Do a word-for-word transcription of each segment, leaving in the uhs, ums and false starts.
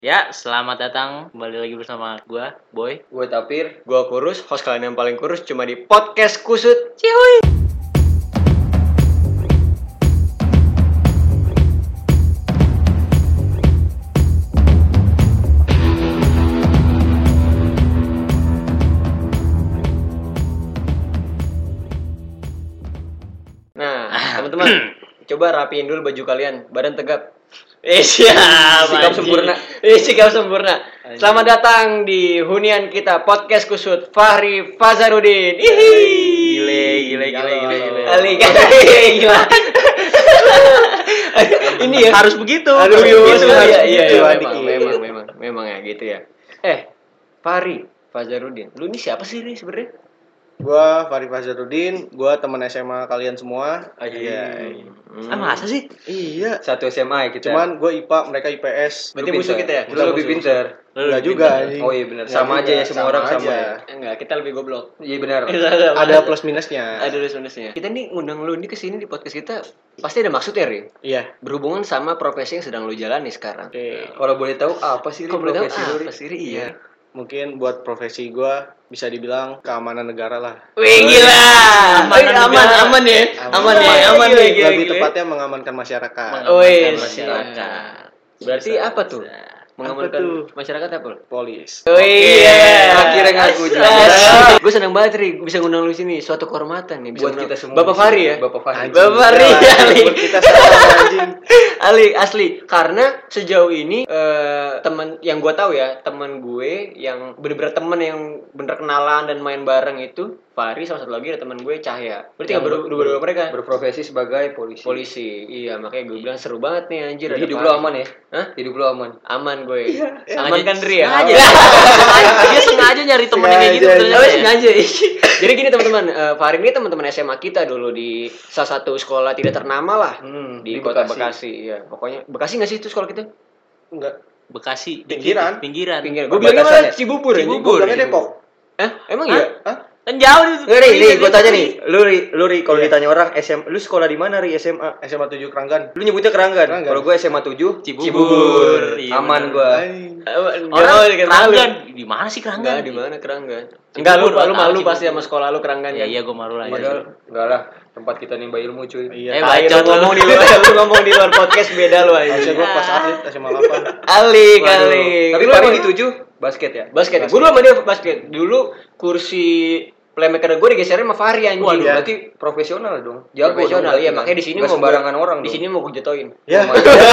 Ya, selamat datang kembali lagi bersama gua, Boy. Gue Tapir. Gua Kurus, host kalian yang paling kurus cuma di podcast Kusut. Cihuy. Nah, teman-teman, coba rapiin dulu baju kalian, badan tegap. Eh siap, Sikap sempurna. Eh sikap sempurna. Selamat datang di hunian kita podcast Kusut Fahri Fazarudin. Ihi. Gile, gile, gile, gile, gile. Ali, gila. Ini ya Harus begitu. Aduh, Harus gitu, begitu. iya, iya, iya, Harus memang, begitu. memang, memang, memang ya gitu ya. Eh, Fahri Fazarudin, lu ini siapa sih nih sebenarnya? Gua Fahri Fazarudin, gua teman S M A kalian semua. Iya. Ah, masa sih? Iya. Satu S M A ya kita. Cuman gua I P A, mereka I P S. Berarti Lu musuh pinter. kita ya? Lu lebih pinter. Enggak juga. anjing. Oh iya benar. Nggak Sama juga, aja ya semua orang sama aja. ya. Enggak, kita lebih goblok. Iya benar. Ada plus minusnya. Ada plus minusnya. Kita nih ngundang lu ini kesini di podcast kita pasti ada maksudnya, Ri. Iya. Berhubungan sama profesi yang sedang lu jalani sekarang. Oke. Kalau boleh tahu apa sih Ri, Kok boleh tahu profesi lu? Ri? apa sih, Ri? Iya. Mungkin buat profesi gua bisa dibilang keamanan negara lah. Wih gila. Aman, Aman, aman, negara. aman ya. Aman ya, Lebih- aman ya. Gila, Lebih gila. tepatnya mengamankan masyarakat. Wih, masyarakat. Berarti Bisa, apa tuh? bisa. Mengamankan tuh? masyarakat apa? Polis. Oh iya. Akhirnya ngaku juga. Gue senang banget, Ri, bisa ngundang lu sini. Suatu kehormatan nih bisa Buat ngundang- kita semua. Bapak Fahri ya? Bapak Fahri. Anjing. Bapak Fahri, Ya, Ali. buat kita sama anjing. Ali, asli. Karena sejauh ini eh, teman yang gue tahu ya, teman gue yang bener-bener temen yang bener kenalan dan main bareng itu Fahri, sama satu lagi ada teman gue Cahya. Berarti Yang nggak berdua berdua mereka. Berprofesi sebagai polisi. Polisi. Iya, makanya gue bilang seru banget nih anjir. Jadi ada hidup Fahri. lu aman ya? Hah? Hidup lu aman. Aman gue. Iya, Aman kan, Ri ya? Sengaja. Dia sengaja nyari temen yang kayak gitu. Sengaja, ternyata Oh, ya. sengaja. Jadi gini teman-teman, eh, Fahri ini teman-teman S M A kita dulu di salah satu sekolah tidak ternama lah Hmm, di, di kota Bekasi. Bekasi. Ya, pokoknya Bekasi nggak sih itu sekolah kita? Enggak. Bekasi, Pinggiran. Pinggiran. Pinggir. Gue bilangnya Perbatasan malah ya? Cibubur ya. Cibubur. Gua bilangnya Depok. Eh, emang iya? Hah? Kan jauh itu. Ri, Ri, Iya, gue iya, tanya iya. nih, lu Ri, lu Ri, kalau Iya. ditanya orang S M, lu sekolah di mana Ri S M A? S M A tujuh Keranggan. Lu nyebutnya Keranggan. Keranggan. Kalau gue S M A tujuh, Cibubur. Iya, aman bener. gue. Anjing. Orang Oh, dikenal lu. Keranggan. Di mana sih Enggak, Keranggan? di mana Keranggan? Cibubur, Enggak, lu gua lu tahu malu Cibubur. pasti sama sekolah lu Keranggan Iya, kan? iya, gue malu lah. Padahal enggak lah, tempat kita nimba ilmu cuy. Iya. Eh, Tai, lu bacot lu. ngomong di luar, lu ngomong di luar podcast beda lu Harusnya aja. gua kelas atlet S M A delapan. Ali Waduh. kali. Tapi Lu Fahri emang- di tujuh basket ya? Basket. Gue dulu sama dia basket. Dulu kursi playmaker gue digeserin sama Fahri anjing. Waduh, Iya. berarti profesional dong. Jago Profesional, dong iya berarti makanya kan? di sini Nggak mau sembarangan orang di dong. sini mau gue jatoin. Ya.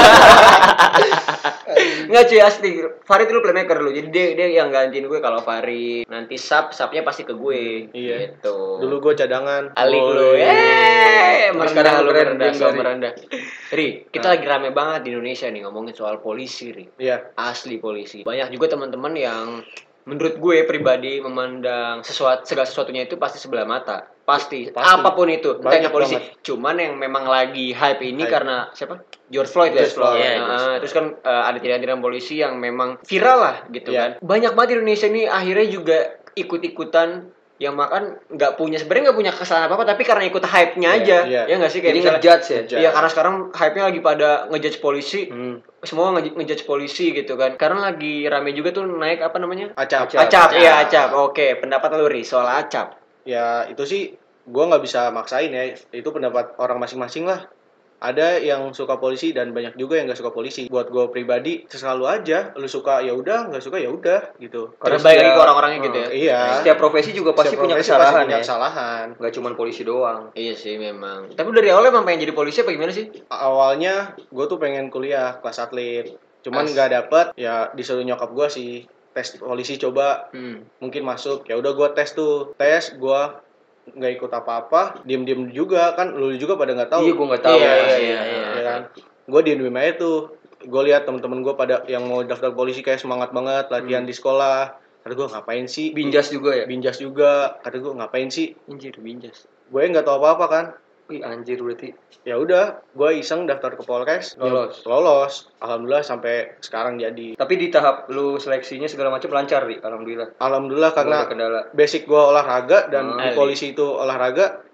Enggak cuy asli. Fahri dulu playmaker dulu. Jadi dia dia yang gantiin gue kalau Fahri nanti sub subnya pasti ke gue. Iya. Gitu. Dulu gua cadangan. Alik Boy. lu. Eh, merendah sekarang lu keren, merendah, Jim, so Fahri. merendah. Ri, kita lagi rame banget di Indonesia nih ngomongin soal polisi, Ri. Iya. Asli polisi. Banyak juga teman-teman yang menurut gue pribadi memandang sesuatu segala sesuatunya itu pasti sebelah mata. Pasti, Pasti. apapun itu, entah Banyak itu polisi. banget. Cuman yang memang lagi hype ini Hype. karena siapa? George Floyd ya. George Floyd. Iya, Nah, George Floyd. terus kan eh, ada tindakan polisi yang memang viral lah gitu Iya. kan. Banyak banget di Indonesia ini akhirnya juga ikut-ikutan yang makan nggak punya sebenarnya nggak punya kesalahan apa apa tapi karena ikut hype-nya Iya, aja iya. ya nggak sih kayak Jadi misalnya- ngejudge ya. Ngejudge. iya karena sekarang hype-nya lagi pada ngejudge polisi Hmm. semua nge- ngejudge polisi gitu kan karena lagi rame juga tuh naik apa namanya Acap. Acap. acap, Acap. iya acap oke pendapat lu Ri soal acap Ya itu sih gua nggak bisa maksain ya. Itu pendapat orang masing-masing lah. Ada yang suka polisi dan banyak juga yang nggak suka polisi. Buat gue pribadi selalu aja. Lu suka ya udah, nggak suka ya udah gitu. karena Terus balik lagi dia- ke orang-orangnya gitu ya Hmm. Iya. Setiap profesi juga pasti Setiap punya profesi kesalahan pasti punya ya. kesalahan. Enggak cuma polisi doang. iya sih memang tapi dari awal emang pengen jadi polisi apa gimana sih Awalnya gue tuh pengen kuliah kelas atlet. Cuman As. nggak dapet. Ya disuruh nyokap gue sih tes polisi coba. hmm. Mungkin masuk. Ya udah gue tes tuh. Tes gue nggak ikut apa-apa. Diem-diem juga kan. Lu juga pada nggak tahu. Iya, gua nggak tahu. Iya, ya. iya, iya, iya. Ya kan? Gue diem-diem aja tuh. Gue lihat temen-temen gue pada yang mau daftar polisi kayak semangat banget latihan Hmm. di sekolah. Kata gue ngapain sih? Binjas juga ya. Binjas juga. Kata gue ngapain sih? anjir binjas Gue nggak tahu apa-apa kan. Wih anjir berarti. Ya udah, gue iseng daftar ke Polres. Lolos. Ya, lolos. Alhamdulillah sampai sekarang jadi. Tapi di tahap lu seleksinya segala macam lancar Ri, alhamdulillah. Alhamdulillah Nggak ada karena kendala. basic gue olahraga dan Hmm. di polisi itu olahraga.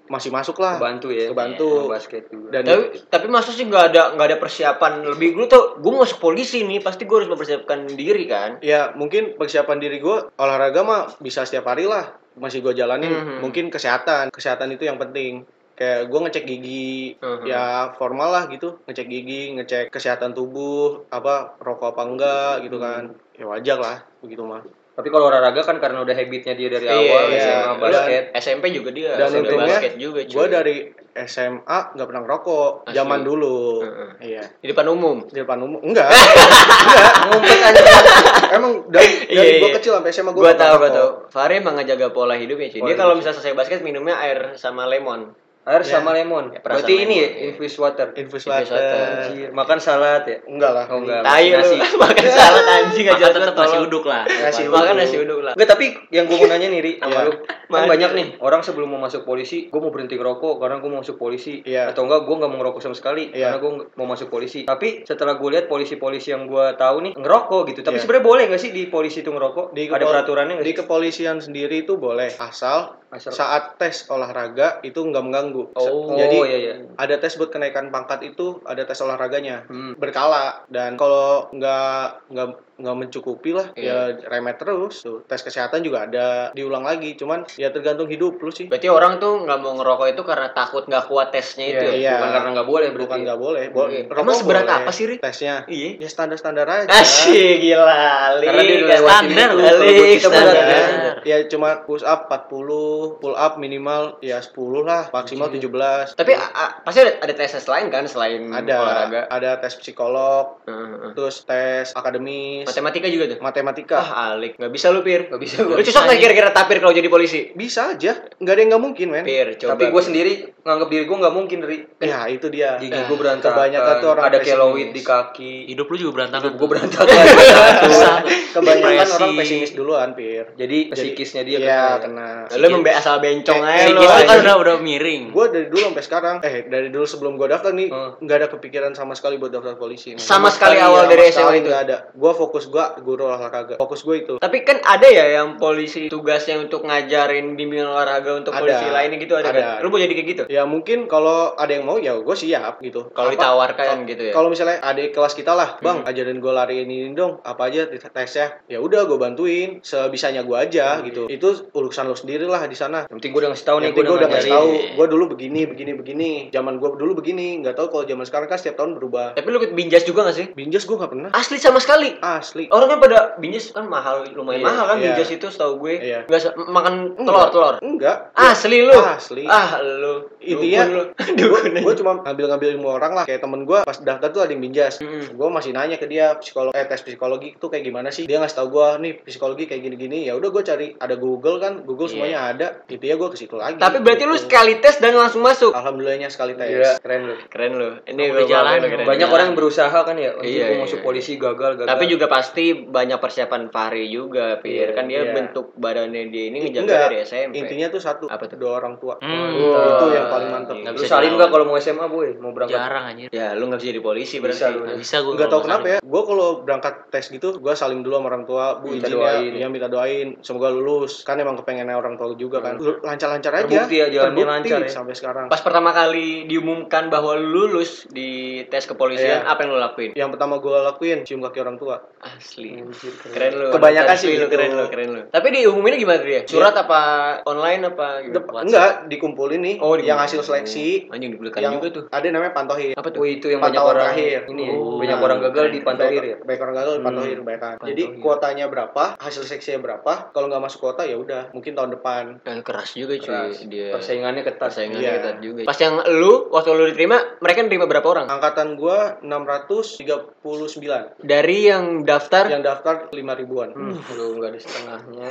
masih masuk lah. Kebantu ya. Kebantu. Sama basket juga. Dan Tapi tapi masa sih nggak ada nggak ada persiapan lebih dulu tuh gue mau masuk polisi nih pasti gue harus mempersiapkan diri kan. ya mungkin persiapan diri gue olahraga mah bisa setiap hari lah masih gue jalanin. Mhm. Mungkin kesehatan kesehatan itu yang penting. Kayak gue ngecek gigi Mhm. ya formal lah gitu, ngecek gigi, ngecek kesehatan tubuh, apa rokok apa enggak gitu kan. Ya wajar lah begitu mah. Tapi kalau olahraga kan karena udah habitnya dia dari Iya, awal iya. S M A Dan- basket. S M P juga dia Dan sudah untungnya basket juga cuy. gue dari S M A nggak pernah ngerokok Asli. zaman dulu. Heeh. Iya. di depan umum. Di depan umum enggak. Enggak. Ngumpet aja. Emang dari, Iya, dari gue iya. kecil sampai S M A gue Gue tahu gue tahu. Fahri emang ngejaga pola hidupnya cuy. Dia Pola kalau hidup. misalnya selesai basket minumnya air sama lemon. Air Ya. sama lemon. Ya, perasaan Berarti ini ya lemon, iya. infused water. infus Infus water. water. Anjir, makan salad ya. Enggak lah. Oh enggak. Tai lu nasi. makan salad anjing aja Makan tetap nasi uduk lah. Nasi uduk. Makan nasi uduk lah. Enggak, tapi yang gue mau nanya nih, Ri, sama Iya. lu. Kan Mana? banyak nih orang sebelum mau masuk polisi, gue mau berhenti ngerokok karena gue mau masuk polisi. Iya. Atau enggak, gue nggak mau ngerokok sama sekali Iya. karena gue mau masuk polisi. Tapi setelah gue lihat polisi-polisi yang gue tahu nih ngerokok gitu. Tapi Iya. sebenarnya boleh nggak sih di polisi itu ngerokok? Di Ada kepol- peraturannya nggak Di sih? kepolisian sendiri itu boleh asal, Asal- saat tes olahraga itu nggak mengganggu. Oh, Jadi iya iya. ada tes buat kenaikan pangkat itu ada tes olahraganya Hmm. berkala dan kalau nggak nggak nggak mencukupi lah Iya. ya remet terus tuh. Tes kesehatan juga ada diulang lagi cuman ya tergantung hidup lu sih. Berarti orang tuh nggak mau ngerokok itu karena takut nggak kuat tesnya itu. Iya, ya? Iya. Bukan karena nggak boleh berarti. Bukan nggak boleh. Bo- Iya. rokok Emang seberat boleh. apa sih, Ri? Tesnya? Iya. Ya standar-standar aja. Asyik gila, Li. Karena dia udah Nggak lewatin standar itu. lu. Kalau buat Li, kita berat, standar. ya. Ya cuma push up empat puluh, pull up minimal ya sepuluh lah, maksimal tujuh belas. Tapi a- a- pasti ada, ada tes tes lain kan selain ada olahraga. ada tes psikolog, Heeh. terus tes akademis, Matematika juga tuh. matematika. Ah, alik. Nggak bisa lu, Pir. Nggak bisa gue. Lu cocok nggak kira-kira tapir kalau jadi polisi? Bisa aja, nggak ada yang nggak mungkin, men. Pir, coba. Tapi gue sendiri nganggap diri gue nggak mungkin, Ri. Ya itu dia. Gigi Ah, gue berantakan. kebanyakan tuh orang ada pesimis. keloid di kaki. Hidup lu juga berantakan. Hidup gue tuh. berantakan. Susah. Kebanyakan Depresi. orang pesimis duluan, Pir. Jadi psikisnya dia Iya, kena. kena. Lu emang be- asal bencong aja lu. Psikis lu kan anjing. udah udah miring. Gue dari dulu sampai sekarang, eh dari dulu sebelum gue daftar nih, Hmm. nggak ada kepikiran sama sekali buat daftar polisi. Sama sekali Sama awal dari S M A sekali itu. nggak ada. Gue fokus gue guru olahraga. Fokus gue itu. Tapi kan ada ya yang polisi tugasnya untuk ngajarin bimbingan olahraga untuk Ada. polisi lainnya gitu ada, Ada. kan? Lu mau jadi kayak gitu? Ya mungkin kalau ada yang mau ya gue siap gitu. Kalau Apa- ditawarkan gitu ya. Kalau misalnya adik kelas kita lah, bang Hmm. ajarin gue lari ini dong, apa aja tesnya? Ya udah gue bantuin sebisanya gue aja Hmm, gitu. Itu urusan lo sendiri lah di sana. Yang penting gue udah ngasih tahu nih, Yang penting gue udah ngasih ngajarin. tahu, gue dulu begini, begini, begini. Zaman gue dulu begini, nggak tahu kalau zaman sekarang kan setiap tahun berubah. Tapi lu ikut binjas juga gak sih? Binjas gue nggak pernah. Asli sama sekali. Asli. Orang kan pada binjas kan mahal, lumayan Iya, mahal kan iya. binjas itu setahu gue. Iya. Nggak se- makan Enggak. telur telur. Enggak. Asli lu. Asli. Ah lu. Intinya, Dukun lu. gue Dukun aja. gue cuma ngambil-ngambil ilmu orang lah. Kayak temen gue pas daftar tuh ada yang binjas. Mm-mm. Gue masih nanya ke dia psikolog, eh tes psikologi itu kayak gimana sih? Dia ngasih tau gue nih psikologi kayak gini-gini. Ya udah gue cari, ada Google kan, Google Iya. semuanya ada. Gitu ya gue ke situ lagi. Tapi berarti lu Gitu. sekali tes dan langsung masuk. Alhamdulillahnya sekali tes. Gila, keren lu. Keren lu. Ini Udah gua jalan, bangga lu, keren. Banyak Jalan. orang yang berusaha kan ya. Anjir, Iya, gue iya. masuk polisi gagal gagal. Tapi juga pasti banyak persiapan Fahri juga, Pir. Kan dia Iya. bentuk badannya dia ini ngejaga Enggak. dari S M P. Intinya tuh satu, Apa tuh? dua orang tua. Hmm. Wah. Itu yang paling mantep. Nggak Lu bisa salin dilawan. nggak kalau mau S M A boy? Mau berangkat? Jarang anjir. Ya, lu nggak bisa jadi polisi Bisa berarti. lu. Nggak bisa gue. Nggak tahu kenapa ya, gue kalau berangkat tes gitu, gue saling dulu sama orang tua, bu Minta izin doain. ya, ya minta doain, semoga lulus. Kan emang kepengennya orang tua juga kan, Lu- lancar-lancar aja. Terbukti ya, jalannya Terbukti lancar ya. sampai sekarang. Pas pertama kali diumumkan bahwa lu lulus di tes kepolisian, Iya. apa yang lu lakuin? Yang pertama gue lakuin cium kaki orang tua. Asli. Anjir, keren. Keren lu. Kebanyakan Asli sih lu, gitu. keren lu, keren lu. Tapi diumuminnya gimana dia? Surat apa online apa Dep- gimana? enggak dikumpulin nih, Oh, yang dikumpulin. hasil seleksi, Anjing dibelikan yang juga tuh. ada namanya pantohir. Apa tuh? Oh itu yang banyak Pantauan orang terakhir. ini ya. Oh. Banyak Nah, orang gagal keren. di pantauir ya. Baik orang gagal Hmm. pantohir kebanyakan. Jadi Pantohir. kuotanya berapa, hasil seleksinya berapa, kalau nggak masuk kuota ya udah, mungkin tahun depan. Nah, keras juga cuy Keras. dia. Persaingannya ketat. Persaingannya Iya. ketat juga. Pas yang lu waktu lu diterima, mereka nerima berapa orang? Angkatan gua enam ratus tiga puluh sembilan. Dari yang daftar Yang daftar lima ribuan. Hmm, lu nggak ada setengahnya.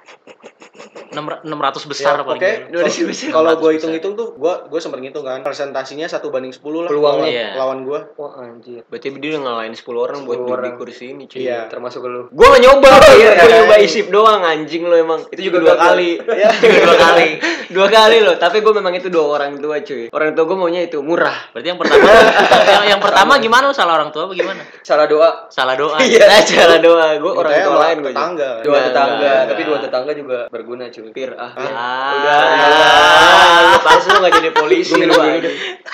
enam ratus besar Ya, paling. oke. banyak. Dua ratus besar. Kalau enam ratus gue hitung-hitung tuh, gue gue sempat ngitung kan, presentasinya satu banding sepuluh lah. Peluangnya. lawan, Iya. lawan gue. Wah anjir. Berarti dia udah ngalahin sepuluh orang buat sepuluh duduk di orang. kursi ini cuy. Iya. Termasuk lu. Gua gak nyoba, Iya, gue iya. nyoba isip doang anjing lo emang. Itu juga dua gagal. kali. Iya. dua kali. Dua kali loh, tapi gue memang itu dua orang tua cuy. Orang tua gue maunya itu murah. Berarti yang pertama yang, yang pertama gimana lu salah orang tua apa gimana? Salah doa. Salah doa. Iya, cara doa. Gue orang Katanya tua malah lain gue. tetangga. Dua Enggak, tetangga, enggak, tapi enggak. dua tetangga juga berguna guna cuy. Pir ah. Ah. Udah. Ah, lu pas lu enggak jadi polisi Gua lu. minum dulu anjing.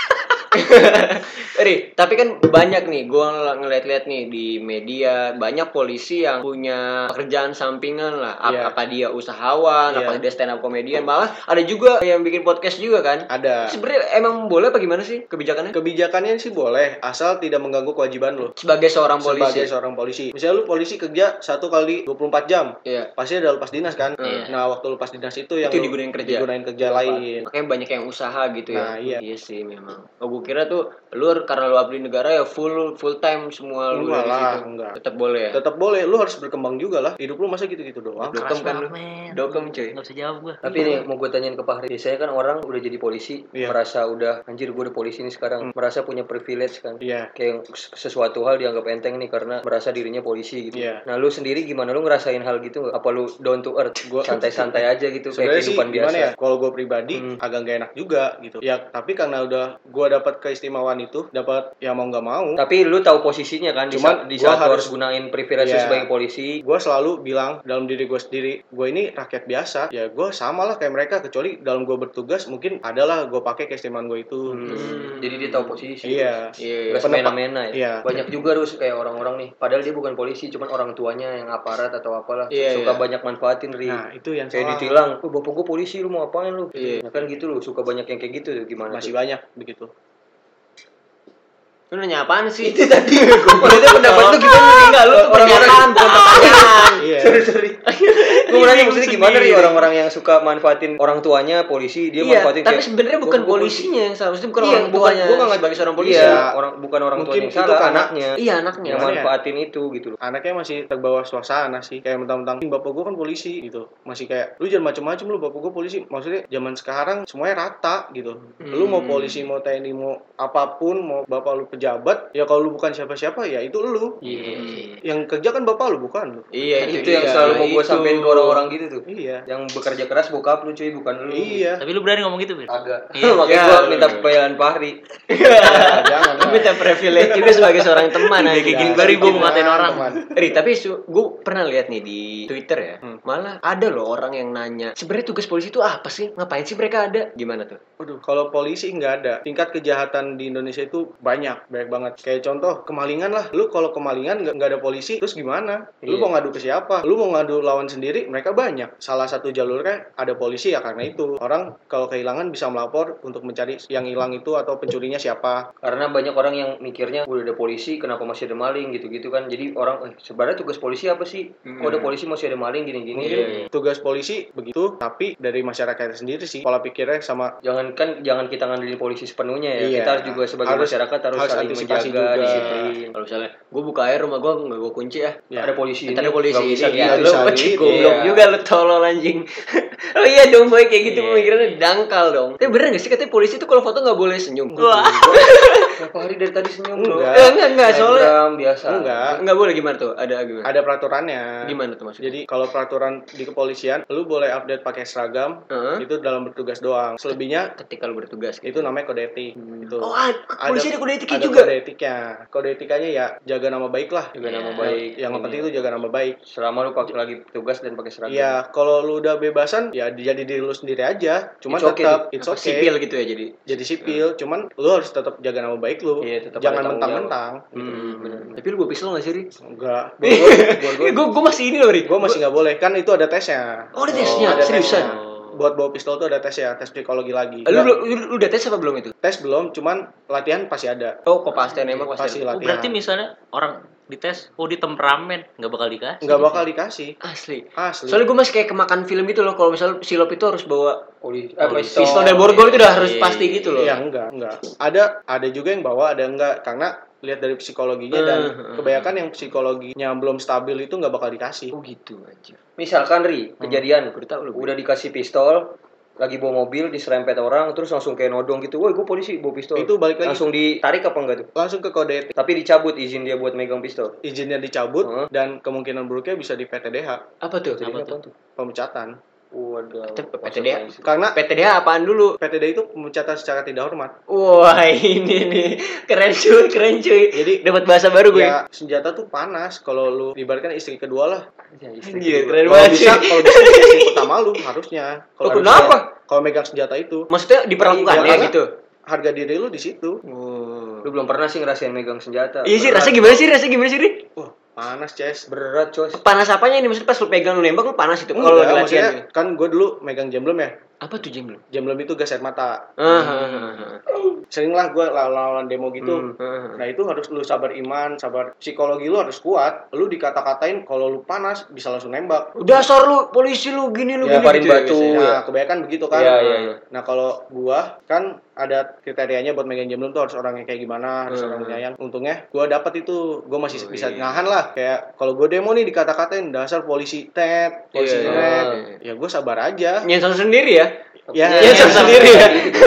Ri, tapi kan banyak nih, gue ngeliat-liat nih di media banyak polisi yang punya pekerjaan sampingan lah. Ap- Iya. Apa dia usahawan, Iya. apa dia stand up comedian, malah ada juga yang bikin podcast juga kan. Ada. Sebenarnya emang boleh apa gimana sih kebijakannya? Kebijakannya sih boleh, asal tidak mengganggu kewajiban lo. Sebagai seorang polisi. Sebagai seorang polisi. Misalnya lu polisi kerja satu kali dua puluh empat jam. Iya. Pasti ada lepas dinas kan? Iya. Nah, waktu lepas dinas itu yang Itu lu digunain kerja. Digunain kerja lain. Makanya banyak yang usaha gitu ya. Nah, iya. Iya sih memang. Oh, gue kira tuh lu karena lu abdi negara ya full full time semua lu Enggak dari lah, situ. enggak. Tetap boleh ya. Tetap boleh, lu harus berkembang juga lah. Hidup lu masa gitu-gitu doang. Dokem Keras kan lu. banget, men. Dokem cuy. Nggak bisa jawab gua. Tapi nih mau gue tanyain ke Fahri. Biasanya kan orang udah jadi polisi, Iya. merasa udah anjir gue udah polisi nih sekarang, merasa punya privilege kan. Iya. Kayak sesuatu hal dianggap enteng nih karena merasa dirinya polisi gitu. Iya. Nah, lu sendiri gimana, lu ngerasain hal gitu nggak? Apa lu down to earth, Gua- santai-santai aja gitu kayak Sebenarnya sih kehidupan gimana biasa? ya? Kalau gue pribadi Hmm. agak gak enak juga gitu. Ya tapi karena udah gue dapat keistimewaan itu, dapat ya mau nggak mau. Tapi lu tahu posisinya kan, di Cuman saat, di gua saat lu harus harus- gunain privilege Iya. sebagai polisi. Gue selalu bilang dalam diri gue sendiri, gue ini rakyat biasa. Ya gue sama lah kayak mereka, kecuali dalam gue bertugas mungkin adalah gue pakai keistimewaan gue itu. Hmm. Jadi dia tahu posisi. Iya. Iya. Gak Penepa- semena-mena ya. Iya. Banyak juga Rus kayak orang-orang nih, padahal dia bukan polisi, cuman orang tuanya yang aparat atau apalah, Iya, suka iya. banyak manfaatin Ri. Nah itu yang Kayak salah. ditilang, oh bapak gue polisi, lu mau apain lu? Iya. Nah, kan gitu loh, suka banyak yang kayak gitu tuh, gimana Masih tuh? banyak begitu. Lu nanya apaan sih? Itu tadi, maksudnya pendapat lu gimana Ri? Enggak, lu Pernyataan orang-orang bukan pertanyaan. Iya. sorry sorry. Gue mau nanya maksudnya gimana Ri, Sendiri. orang-orang yang suka manfaatin orang tuanya polisi, dia Iya, manfaatin tapi kayak, sebenarnya bukan "Gua- gua polisinya yang salah, maksudnya bukan Iya, orang bukan- tuanya. gua nggak- sebagai seorang polisi. Iya, orang bukan orang Mungkin tuanya yang itu salah, karena- anaknya Iya, anaknya. yang Gimana ya? manfaatin itu gitu loh. Anaknya masih terbawa suasana sih, kayak mentang-mentang bapak gue kan polisi gitu, masih kayak lu jangan macem-macem, lu bapak gue polisi. Maksudnya zaman sekarang semuanya rata gitu. Lu mau polisi, mau T N I, mau apapun, mau bapak lu pejabat, ya kalau lu bukan siapa-siapa ya itu lu. Iya. Yang kerja kan bapak lu, bukan lu. Iya, itu dia. yang selalu mau gue Itu. sampein ke orang-orang gitu tuh. Iya. Yang bekerja keras bokap lu cuy, bukan lu. Iya. Tapi lu berani ngomong gitu, Bir? Agak. Iya. Makanya Ya, gue lu- minta pembelaan Fahri. Nah, jangan. Lu minta privilege juga sebagai seorang teman Kayak anjing. gini Ya, baru gue mau teman, ngatain orang. teman. Ri, tapi gue pernah lihat nih di Twitter ya, Hmm. malah ada loh orang yang nanya, sebenarnya tugas polisi itu apa sih? Ngapain sih mereka ada? Gimana tuh? Waduh, kalau polisi nggak ada. Tingkat kejahatan di Indonesia itu banyak, banyak banget. Kayak contoh kemalingan lah. Lu kalau kemalingan nggak nggak ada polisi, terus gimana? Lu Iya. mau ngadu ke siapa? Lu mau ngadu lawan sendiri? Mereka banyak. Salah satu jalurnya ada polisi ya karena itu. Orang kalau kehilangan bisa melapor untuk mencari yang hilang itu atau pencurinya siapa. Karena banyak orang yang mikirnya udah ada polisi, kenapa masih ada maling gitu-gitu kan. Jadi orang, eh, sebenarnya tugas polisi apa sih? Kok ada polisi masih ada maling gini-gini. Mungkin Iya. tugas polisi begitu, tapi dari masyarakat sendiri sih pola pikirnya sama. Jangan kan jangan kita ngandelin polisi sepenuhnya ya. Iya. Kita harus juga sebagai Harus- masyarakat harus, harus saling antisipasi menjaga juga. disiplin. Kalau misalnya gue buka air rumah gue nggak gue kunci ya. Ya. Ada polisi Ntar ini, ada polisi nggak bisa ini gitu. ya, nggak lu bisa pasti gitu. goblok Iya. juga lu tolol anjing. Oh iya dong boy kayak gitu Iya. pemikirannya dangkal dong. Tapi bener gak sih katanya polisi itu kalau foto nggak boleh senyum? Wah. Berapa hari dari tadi senyum bro? Enggak. Eh, enggak enggak soalnya Telegram biasa. Enggak. nggak boleh gimana tuh? Ada gimana? Ada peraturannya. Gimana tuh maksudnya? Jadi kalau peraturan di kepolisian, lu boleh update pakai seragam, Heeh. itu dalam bertugas doang. Selebihnya Ketika lu bertugas gitu. itu namanya kode etik. Itu. Oh, ah, polisi ada kode etiknya ada juga. Kode etiknya. Kode etikanya ya jaga nama baik lah. Juga nama Iya. baik. Yang Ini. penting itu jaga nama baik. Selama lu pakai lagi tugas dan pakai seragam. Iya, kalau lu udah bebasan ya jadi diri lu sendiri aja. Cuman It's okay. tetap it's Apa, okay. sipil gitu ya jadi. Jadi sipil, cuman lu harus tetap jaga nama baik lu. Iya, tetap Jangan ada tanggung mentang-mentang. Hmm, bener. Tapi lu bawa pistol gak sih, Ri? Enggak. Gue gue masih ini loh, Ri. Gue masih nggak boleh, kan itu ada tesnya. Oh, ada tesnya, ada seriusan. tesnya. Buat bawa pistol tuh ada tes ya, tes psikologi lagi. Lu, Nggak, lu, lu, lu udah tes apa belum itu? tes belum, cuman latihan pasti ada. Oh, kok pasti nembak pasti. Pasti ada. Oh, latihan. berarti misalnya orang dites, oh di temperamen, nggak bakal dikasih. Nggak bakal dikasih. Asli. Asli. Soalnya gue masih kayak kemakan film gitu loh. Kalau misalnya silop itu harus bawa Polisi, eh, pistol dan borgol itu udah harus Iya. pasti gitu loh. Ya enggak, enggak. Ada ada juga yang bawa, ada enggak karena lihat dari psikologinya dan Hmm. kebanyakan yang psikologinya belum stabil itu nggak bakal dikasih. Oh gitu anjir. Misalkan Ri, kejadian Gue tahu lu. udah dikasih pistol, lagi bawa mobil diserempet orang, terus langsung kayak nodong gitu, woi gue polisi bawa pistol. Itu balik lagi Langsung ditarik apa enggak tuh? langsung ke kode etik. Tapi dicabut izin dia buat megang pistol. Izinnya dicabut Heeh. dan kemungkinan buruknya bisa di P T D H, Apa tuh? Jadi Apa apa tuh? tuh? pemecatan. Waduh. Itu P T D A. Karena P T D A apaan dulu? P T D A itu pemecatan secara tidak hormat. Wah, ini nih keren cuy, keren cuy. Jadi Dapat bahasa baru gue. ya senjata tuh panas kalau lu ibaratkan istri kedua lah. Iya, keren Kalau banget. bisa cuy. kalau bisa istri pertama lu harusnya. Kalau Oh, harusnya- kenapa? Kalau megang senjata itu, Maksudnya diperlakukan Iya, ya karena- gitu. harga diri lu di situ. Oh. Lu belum pernah sih ngerasain megang senjata. Iya sih, Berat. rasanya gimana sih? Rasanya gimana sih, Ri? Wah, panas, Ces. Berat, Cos. Panas apanya ini? Maksudnya pas lu pegang lu nembak lu panas itu kalau Enggak, lagi maksudnya latihan. Gitu. kan gue dulu megang jemblem ya. Apa tuh jam lu? Jemblem itu gas air mata. Ah, ah, ah, ah. Sering lah gue lawan demo gitu. Hmm. Ah. Nah itu harus lu sabar iman, sabar psikologi lu harus kuat. Lu dikata-katain kalau lu panas bisa langsung nembak. Dasar lu polisi lu gini lu Ya, gini paling gitu ya, batu. biasanya. Iya. Nah kebanyakan begitu kan. Iya, iya, iya. Nah kalau gua kan ada kriterianya buat megang jemblem tuh harus orang yang kayak gimana, harus Hmm. orang penyayang. Untungnya gua dapet itu, gua masih Oh, bisa iya. nahan lah. Kayak kalau gua demo nih dikata-katain dasar polisi tet, polisi Iya, tet. iya. Ya gua sabar aja. Nyensor sendiri ya. Ya, Nyensor sendiri ya.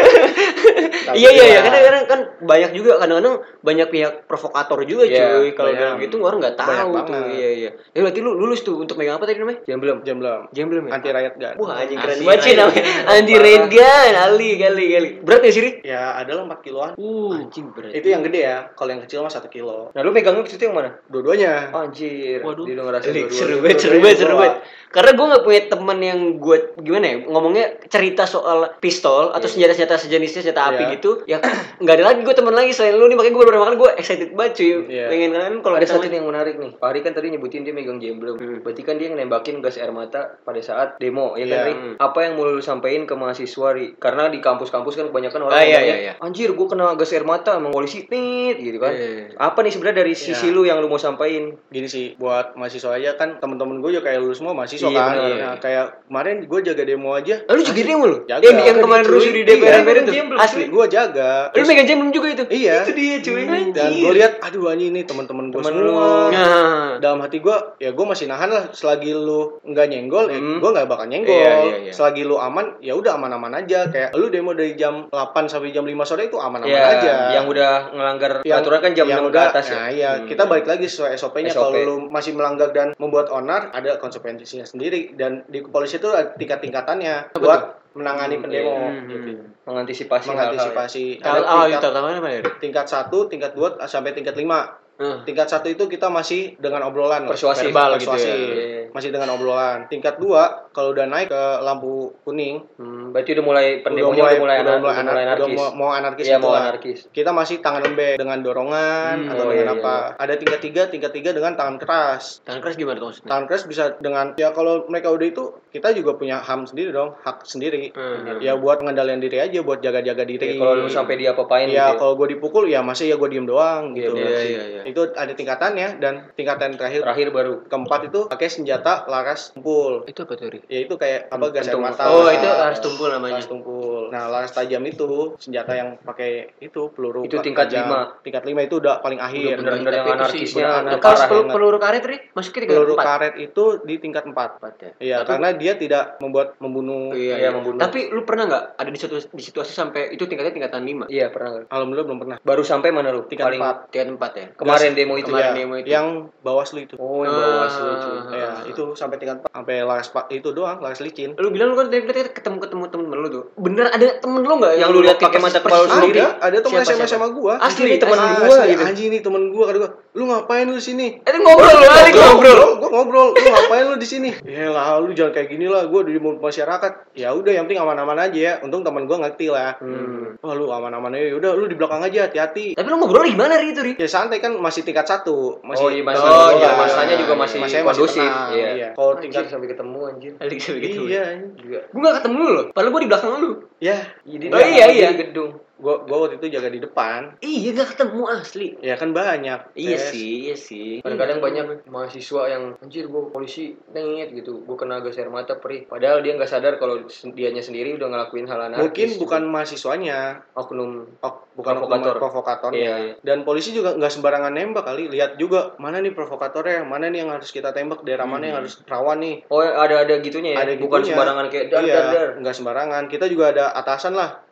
Tapi Iya iya iya, ya. kadang-kadang kan banyak juga kadang-kadang banyak pihak provokator juga Iya, cuy. Kalau banyak. dalam gitu orang nggak Banyak tahu tuh. banget. Iya iya. Ya berarti lu lulus tuh untuk megang apa tadi namanya? Jemblem. Jemblem. Jemblem ya? Anti riot gun. Wah anjing keren Anti banget sih riot namanya. gun. Anti riot gun, ali kali kali. Berat ya sih, Ri? Ya adalah empat kiloan. Uh, anjing berat. Itu yang gede ya. Kalau yang kecil mah satu kilo. Nah, lu megangnya ke situ yang mana? Dua-duanya. Anjir. Waduh. Dia udah ngerasain Li, dua-duanya. seru banget, seru banget, seru banget. Karena gue gak punya temen yang gue gimana ya ngomongnya cerita soal pistol atau senjata-senjata sejenisnya senjata api Iya. gitu. Ya nggak ada lagi gue temen lagi selain lu nih, makanya gue baru makan gue excited banget cuy. Iya. Pengen kan kalau Ada kita satu main- nih yang menarik nih. Pak Ari kan tadi nyebutin dia megang jemblem. Hmm. Berarti kan dia nembakin gas air mata pada saat demo, ya kan, Iya. Ri? Apa yang mau lu sampein ke mahasiswa, Ri? Karena di kampus-kampus kan kebanyakan orang Ah, iya, ngomongnya, iya, iya. anjir, gua kena gas air mata sama polisi tit gitu kan. Iya. Apa nih sebenarnya dari sisi Iya. lu yang lu mau sampein? Gini sih, buat mahasiswa aja kan temen-temen gue juga kayak lu semua mahasiswa Iya, kan. bener. Nah, kayak kemarin gue jaga demo aja. Lalu juga demo lu? Jaga. Yang, yang kemarin Cuy. rusuh di D P R Iya, M R itu jemblem, asli. Gue jaga. Lu megang jemblem juga itu? Iya. Itu dia cuy. Dan gue lihat, aduh anjing ini teman-teman gue Temen semua. lu. Nah. Dalam hati gue, ya gue masih nahan lah. Selagi lu nggak nyenggol, ya Hmm. gue nggak bakal nyenggol. Iya, iya, iya. Selagi lu aman, ya udah aman-aman aja. Kayak lu demo dari jam delapan sampai jam lima sore itu aman-aman Ya, aja. yang udah ngelanggar Yang- aturan kan jam yang enam ke udah- atas ya. Nah iya, Hmm. kita balik lagi sesuai S O P-nya. S O P. Kalau lu masih melanggar dan membuat onar, ada konsekuensinya sendiri. Dan di kepolisian itu ada tingkat-tingkatannya buat menangani Hmm, pendemo. iya. Gitu. Mengantisipasi hal-hal. Mengantisipasi. Tahu Ada awal tingkat, itu tahu apa ya? tingkat satu, tingkat dua, sampai tingkat lima. Heeh. Tingkat satu itu kita masih dengan obrolan, Persuasif. Verbal gitu persuasif. ya. Iya. Masih dengan obrolan. Tingkat dua, kalau udah naik ke lampu kuning, Hmm, berarti udah mulai udah pendemonya mulai, udah mulai, udah anar- mulai, udah mulai anar- udah anarkis. mau, mau anarkis Iya, gitu mau lah. anarkis. Kita masih tangan lembek dengan dorongan Hmm, atau oh, dengan iya, apa. Ada tingkat tiga, tingkat tiga dengan tangan keras. Tangan keras gimana tuh maksudnya? Tangan keras bisa dengan, ya kalau mereka udah itu, kita juga punya H A M sendiri dong, hak sendiri. Hmm. Ya buat pengendalian diri aja, buat jaga-jaga diri. Ya, kalau lu sampai dia apa-apain Ya gitu. kalau gue dipukul, ya masih ya gue diem doang Iya, gitu. Iya iya iya. Itu ada tingkatannya, dan tingkatan terakhir, Terakhir baru keempat itu pakai senjata laras tumpul. Itu apa tuh, Ri? Ya itu kayak apa, gas air Pentung. mata. Oh, itu laras tumpul namanya. Laras tumpul. Nah, laras tajam itu senjata yang pakai itu peluru Itu tingkat tajam. lima. Tingkat lima itu udah paling akhir. bener-bener Tapi yang itu sih anarkisnya bener- udah anarkis. Kalau parah. peluru, banget. peluru karet, Ri, masuknya tinggal Peluru empat. karet itu di tingkat empat. Empat ya. Iya, Tapi- karena dia tidak membuat membunuh. Iya, Iya, iya. membunuh. Tapi lu pernah nggak ada di situasi, di situasi sampai itu tingkatnya tingkatan lima? Iya, pernah. Alhamdulillah belum pernah. Baru sampai mana lu? Tingkat Paling empat. Tingkat empat ya. kemarin demo itu Kemarin ya. demo itu. Yang Bawaslu itu. Oh, yang bawah Ah. sih cuy. Ya, itu sampai tingkat empat. Sampai laras pak itu doang, laras licin. Lu bilang lu kan tadi tadi ketemu ketemu temen lu tuh. Bener ada temen lu nggak Yang lu lihat pakai mata kepala lu persis- sendiri? Ada, ada teman Siapa, S M S siapa? sama gua. Asli, Ini teman asli. gua Asli, gitu. anjing nih temen gua, kata gua, lu ngapain lu sini? Eh ngobrol lu, Ali ngobrol. Gua ngobrol, lu ngapain lu di sini? Ya lah, lu jangan kayak gini lah, gua di masyarakat. Ya udah, yang penting aman-aman aja ya. Untung teman gua ngerti lah. Hmm. Wah, lu aman-aman aja. Udah, lu di belakang aja, hati-hati. Tapi lu ngobrol gimana Ri itu, Ri? Ya santai kan, masih tingkat satu. Masih Oh, iya, masih- oh, iya, masanya iya, juga iya. masih masanya kondusif. tenang, Iya. iya. Kalau Anjir, tingkat sampai ketemu anjir. Ali bisa begitu. iya. Juga. Gue gak ketemu lu loh. Padahal gue di belakang lu. Ya, Jadi Oh, dia iya, dia iya. di gedung. gua gua waktu itu jaga di depan. Iya gak ketemu asli. Ya kan banyak. Iya Tes. sih, iya sih. Kadang-kadang banyak mahasiswa yang anjir gue polisi nengit gitu, gue kena gas air mata perih. Padahal dia nggak sadar kalau sen- dianya sendiri udah ngelakuin hal anarkis. Mungkin gitu. bukan mahasiswanya, oknum. oh, bukan Provokator. provokator provokatornya. Iya, iya. Dan polisi juga nggak sembarangan nembak kali. Lihat juga mana nih provokatornya, mana nih yang harus kita tembak, daerah mana yang harus rawan nih. Oh ada ada gitunya ya, Ada bukan gitunya. sembarangan kayak dar iya, dar dar. nggak sembarangan. Kita juga ada atasan lah.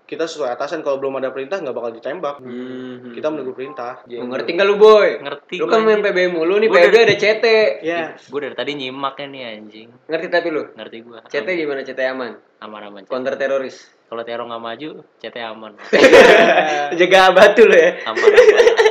kita sesuai atasan, kalau belum ada perintah nggak bakal ditembak. Hmm. Kita menunggu perintah. Lu ngerti nggak lu boy? Ngerti. Lu kan gua, main P anjing. B M mulu nih, Gua P B dari- ada C T. Ya. Gue dari tadi nyimaknya nih anjing. Ngerti tapi lu? Ngerti gue. C T gimana C T aman? Aman-aman. Counter teroris. Kalau teror nggak maju, C T aman. Jaga batu lo ya. Aman-aman.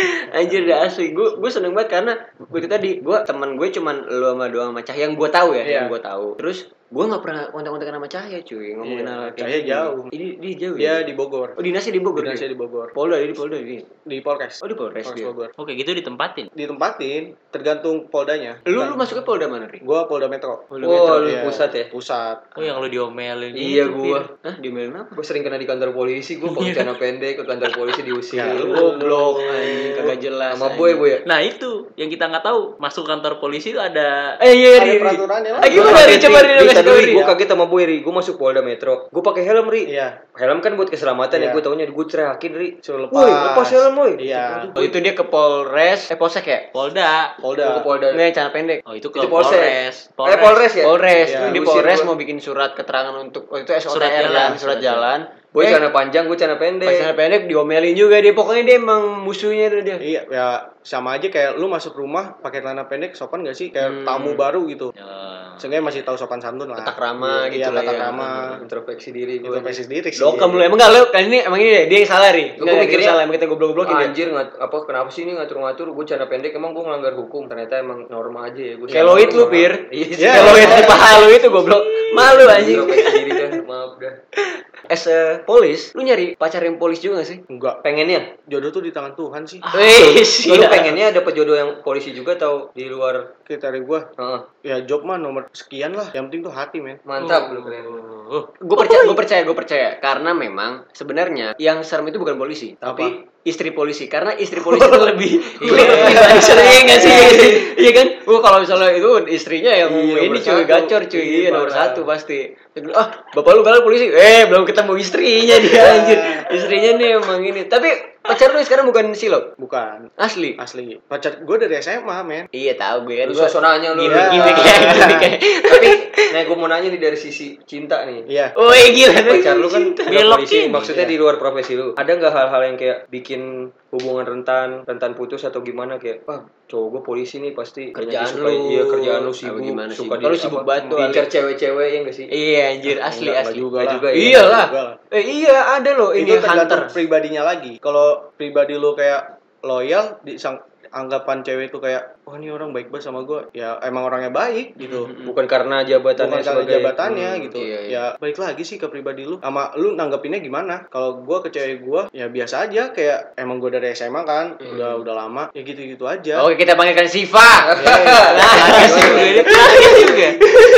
Anjir dah asli. Gue gue seneng banget karena gue itu tadi gue teman gue cuman lu sama doang sama Cahya yang gue tahu ya, Iya. yang gue tahu. Terus gue nggak pernah kontak-kontakan sama Cahya cuy ngomongin Iya, hal kayak Cahya gini. jauh. Ini dia jauh Dia ya. di Bogor. Oh dinasnya di Bogor. Dinasnya dia? di Bogor. Polda dia di Polda dia. Di Polres. Oh di Polres Polres dia. Bogor. Oke gitu ditempatin. Ditempatin, tergantung poldanya. Lu Nah, lu masuknya Polda mana Ri? gua Polda Metro. Polda Oh, Metro. lu Iya, pusat ya? Pusat. Oh yang lu diomelin. Iya gitu, gua. Fir. Hah diomelin apa? Gue sering kena di kantor polisi, gue pakai celana pendek ke kantor polisi diusir. Ya, Lu lu- goblok anjing kagak jelas. Sama anjing. boy boy ya. Nah itu yang kita nggak tahu masuk kantor polisi itu ada. Eh iya Ada Ri. Ri. peraturannya lah. Ah, gimana Ri? Coba Ri kasih tau Ri. Gue kaget sama boy Ri, gue masuk Polda Metro. Gue pakai helm Ri. Iya. Helm kan buat keselamatan ya, Iya. gue taunya gue teriakin Ri. Suruh lepas. Woi, lepas helm woi. Iya. Oh itu dia ke Polres, eh Polsek ya? Polda. Gua ke Polda. Polda. Enggak yang celana pendek. Oh itu ke Itu Polsek. Polres. Eh Polres ya? Polres, Iya. itu di Diusir Polres gua. mau bikin surat keterangan untuk oh, itu S O T R Surat kan, jalan, surat surat jalan. Boy Eh, celana panjang, gue celana pendek. pas celana pendek diomelin juga dia. Pokoknya dia emang musuhnya tuh dia. Iya, ya sama aja kayak lu masuk rumah pakai celana pendek sopan gak sih? Kayak Hmm. tamu baru gitu. Ya. Seenggaknya masih tahu sopan santun lah. Tata krama Iya, gitu lah tata ya. krama. Introspeksi diri gue. Introspeksi diri sih. Dokam lu emang enggak lu kan ini emang ini deh, dia yang salah ri. Gua mikirnya- salah emang kita goblok-goblokin ya. Anjir ngat, apa kenapa sih ini ngatur-ngatur gue celana pendek emang gue ngelanggar hukum, ternyata emang norma aja ya gue. Keloid lu pir. Iya. Keloid di paha lu itu goblok. Malu anjing. Introspeksi diri dah, maaf dah. As a polis, lu nyari pacar yang polis juga gak sih? Enggak. Pengennya? Jodoh tuh di tangan Tuhan sih. Wih, Lu pengennya dapet jodoh yang polisi juga atau di luar? Kriteria gua Heeh. ya job mah nomor sekian lah. Yang penting tuh hati, men. Mantap lu keren. Oh. Gue percaya, gue percaya, gue percaya. Karena memang sebenarnya yang serem itu bukan polisi, tapi istri polisi. Karena istri polisi itu lebih lebih sering nggak sih? Iya kan? Gue kalau misalnya itu istrinya yang Iya, ini nomor cuy satu. gacor cuy, Iya, iya, nomor parah. satu pasti. Dia bilang, ah bapak lu galau polisi, eh belum ketemu istrinya dia anjir. Istrinya nih emang ini. Tapi pacar lu sekarang bukan Silo, Bukan. asli. Asli. Pacar gua dari S M A, men. Iya tahu gue kan. Lu Gua sosok nanya lu. gimmick Ya. gimmick kayak gimmick kayak. Tapi, nah gue mau nanya nih dari sisi cinta nih. Iya. Oh iya, gila. Pacar lu kan udah Belok polisi, ini. maksudnya Iya. di luar profesi lu. Ada nggak hal-hal yang kayak bikin hubungan rentan, rentan putus atau gimana kayak, wah cowok gue polisi nih pasti Kerjaan suka, lu. iya kerjaan lu Apa sibuk, gimana sih? suka Kalau sibuk banget tuh, Incer Ali. cewek-cewek ya nggak sih? Iya anjir asli Enggak, asli. enggak juga Nggak lah. juga ya? Iyalah. Enggak lah. Eh iya ada loh ini Itu tergantung hunter. pribadinya lagi. Kalau pribadi lu kayak loyal, disang anggapan cewek itu kayak, wah ini orang baik banget sama gue. Ya emang orangnya baik gitu. Bukan karena jabatannya Bukan karena sebagai jabatannya Hmm, gitu. iya, iya. Ya balik lagi sih ke pribadi lu. Sama lu nanggepinnya gimana? Kalau gua ke cewek gua ya biasa aja, kayak emang gua dari S M A kan, udah udah lama. Ya gitu-gitu aja. Oke kita panggilkan Siva. Ya, Nah, juga ini kaget juga.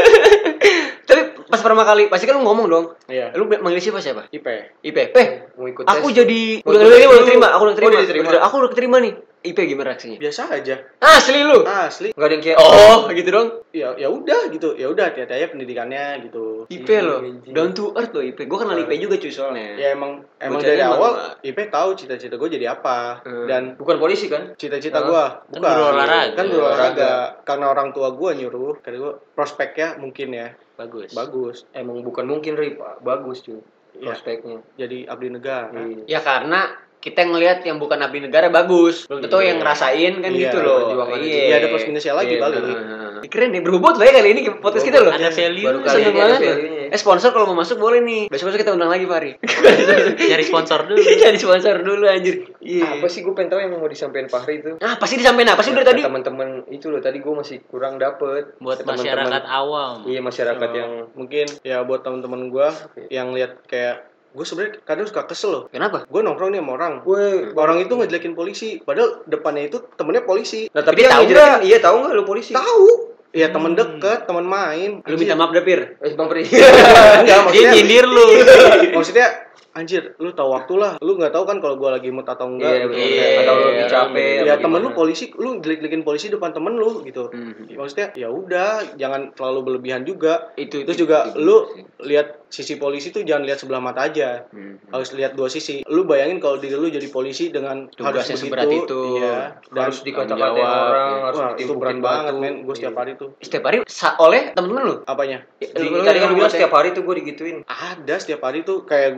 Tapi pas pertama kali pasti kan lu ngomong dong. Iya. Lu manggil Siva siapa? I P. I P. Eh, mau ikut aku tes. jadi Mau udah ikut tes udah dulu. terima, aku udah Oh, terima. udah diterima. Udah, aku udah terima nih. I P gimana reaksinya? Biasa aja. Asli lu. Asli. Nggak ada yang kayak Oh, gitu dong. Ya ya udah gitu. Ya udah hati-hati aja pendidikannya gitu. I P lo. Down to earth lo I P. Gua kenal I P juga cuy soalnya. Ya emang emang Bocahnya dari emang- awal I P tahu cita-cita gue jadi apa. Hmm. Dan bukan polisi kan? cita-cita Ah. gua Kan bukan berolahraga. kan Iya, berolahraga karena orang tua gua nyuruh, karena gua prospeknya mungkin ya Bagus. bagus Emang bukan mungkin Ri, Pak. Bagus cuy. Iya. Prospeknya. jadi abdi negara. Iya. Ya karena kita ngelihat yang bukan abdi negara bagus. Belum tentu Iya. yang ngerasain kan Iya, gitu loh. perjuangan itu. Iya, ada plus minusnya lagi Iya, balik. bener. Keren nih berbobot lah ya kali ini podcast kita loh. Ada value. Baru kali Seneng ini ada banget. value-nya ya. Eh sponsor kalau mau masuk boleh nih. Besok-besok kita undang lagi Fahri. Nyari sponsor dulu. Jadi sponsor dulu anjir. Iya. Apa sih gue pengen tahu yang mau disampaikan Fahri itu? Ah, pasti disampaikan apa sih udah tadi? Teman-teman itu loh tadi gue masih kurang dapet. Buat Teman-teman- masyarakat awam. Iya masyarakat Oh, yang mungkin ya buat teman-teman gua yang lihat kayak gue sebenarnya kadang suka kesel loh. Kenapa? Gue nongkrong nih sama orang. gue Orang itu ngejelekin polisi, padahal depannya itu temennya polisi. Nah, Tapi tapi, dia yang tahu ngejelekin, nggak? iya tahu nggak lu polisi? Tahu. Ya temen deket, temen main. Lu minta maaf dah Pir. Eh Bang Pri. Enggak, Dia maksudnya nyindir lu. maksudnya anjir, lu tahu waktu lah. Lu nggak tahu kan kalau gua lagi mood atau enggak. Iya, gitu. betul. Iya, Atau lu iya, lagi capek. iya. Ya apa temen lu gimana. polisi, lu jelek-jelekin polisi depan temen lu gitu. Hmm. Maksudnya ya udah, jangan terlalu berlebihan juga. Itu Terus itu- juga itu- lu itu- lihat sisi polisi tuh jangan lihat sebelah mata aja. Hmm. Harus lihat dua sisi. Lu bayangin kalau diri lu jadi polisi dengan Tugasnya harus seberat begitu, itu. Iya. Dan Harus dikata-katain tanggung jawab. orang, harus wah, itu berat ditimpukin banget, batu. men. Gue setiap Iya. hari tuh. Setiap hari sa- oleh temen-temen lu. Apanya? Di, Lu- lu- tadi kan lu gue bilang ngatain- setiap hari tuh gue digituin. Ada setiap hari tuh kayak gue liat Instagram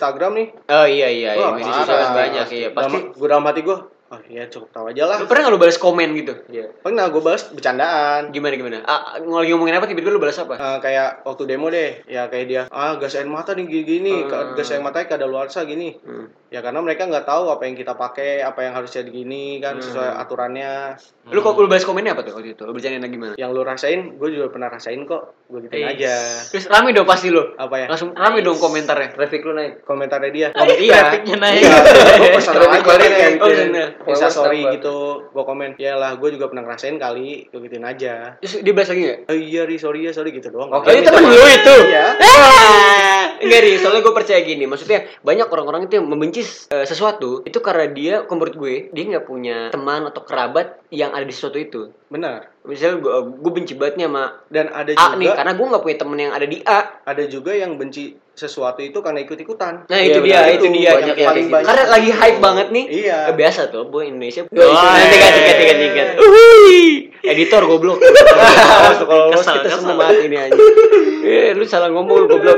Instagram nih. Oh iya iya, iya. Wah, Media parah. sosial banyak iya. Pasti. Gue dalam hati gue, oh iya cukup tahu aja lah. Lu pernah nggak lu balas komen gitu? Iya. Pernah gue balas bercandaan. Gimana gimana? Ah, lagi ngomongin apa tiba-tiba lu balas apa? Eh, kayak waktu demo deh, ya kayak dia, ah gas air mata nih gini-gini, Hmm. gas air matanya kadaluarsa gini. Hmm. Ya karena mereka nggak tahu apa yang kita pakai, apa yang harus jadi gini kan Hmm. sesuai aturannya. Lu kok lu balas komennya apa tuh waktu itu? Lu bercandain gimana? Yang lu rasain, gue juga pernah rasain kok. Gue gituin Eh, aja. Terus rame dong pasti lu. Apa ya? Langsung rame dong komentarnya. Traffic lu naik. Komentarnya dia. Oh, iya. Trafficnya naik. Gue personal Traffic aja balik kayak ya, gitu. oh, bener. Insta story Tambah. gitu, gue komen. Ya lah, gue juga pernah ngerasain kali. Gue gituin aja. Terus dia balas lagi enggak? Oh iya, Ri, sorry ya, sorry gitu doang. Oke. Oh, itu temen lu itu. Iya. Ah, enggak nih, soalnya gue percaya gini. Maksudnya banyak orang-orang itu yang membenci uh, sesuatu itu karena dia, menurut gue, dia nggak punya teman atau kerabat yang ada di sesuatu itu. Benar. Misalnya gue, gue benci banget nih sama Dan ada A juga nih, karena gue nggak punya temen yang ada di A. ada juga yang benci sesuatu itu karena ikut-ikutan. Nah Iya, itu dia, benar. itu Itu dia. banyak Yang paling kayak banyak. Karena lagi hype banget nih. Iya. Eh, biasa tuh, boy Indonesia. Iya, Oh, iya. tiket, tiket, tiket, tiket. Uhuy. Editor goblok. Awas tuh kalau lolos Kesal, kita kesal. semua mati nih anjing. Eh, lu salah ngomong lu goblok.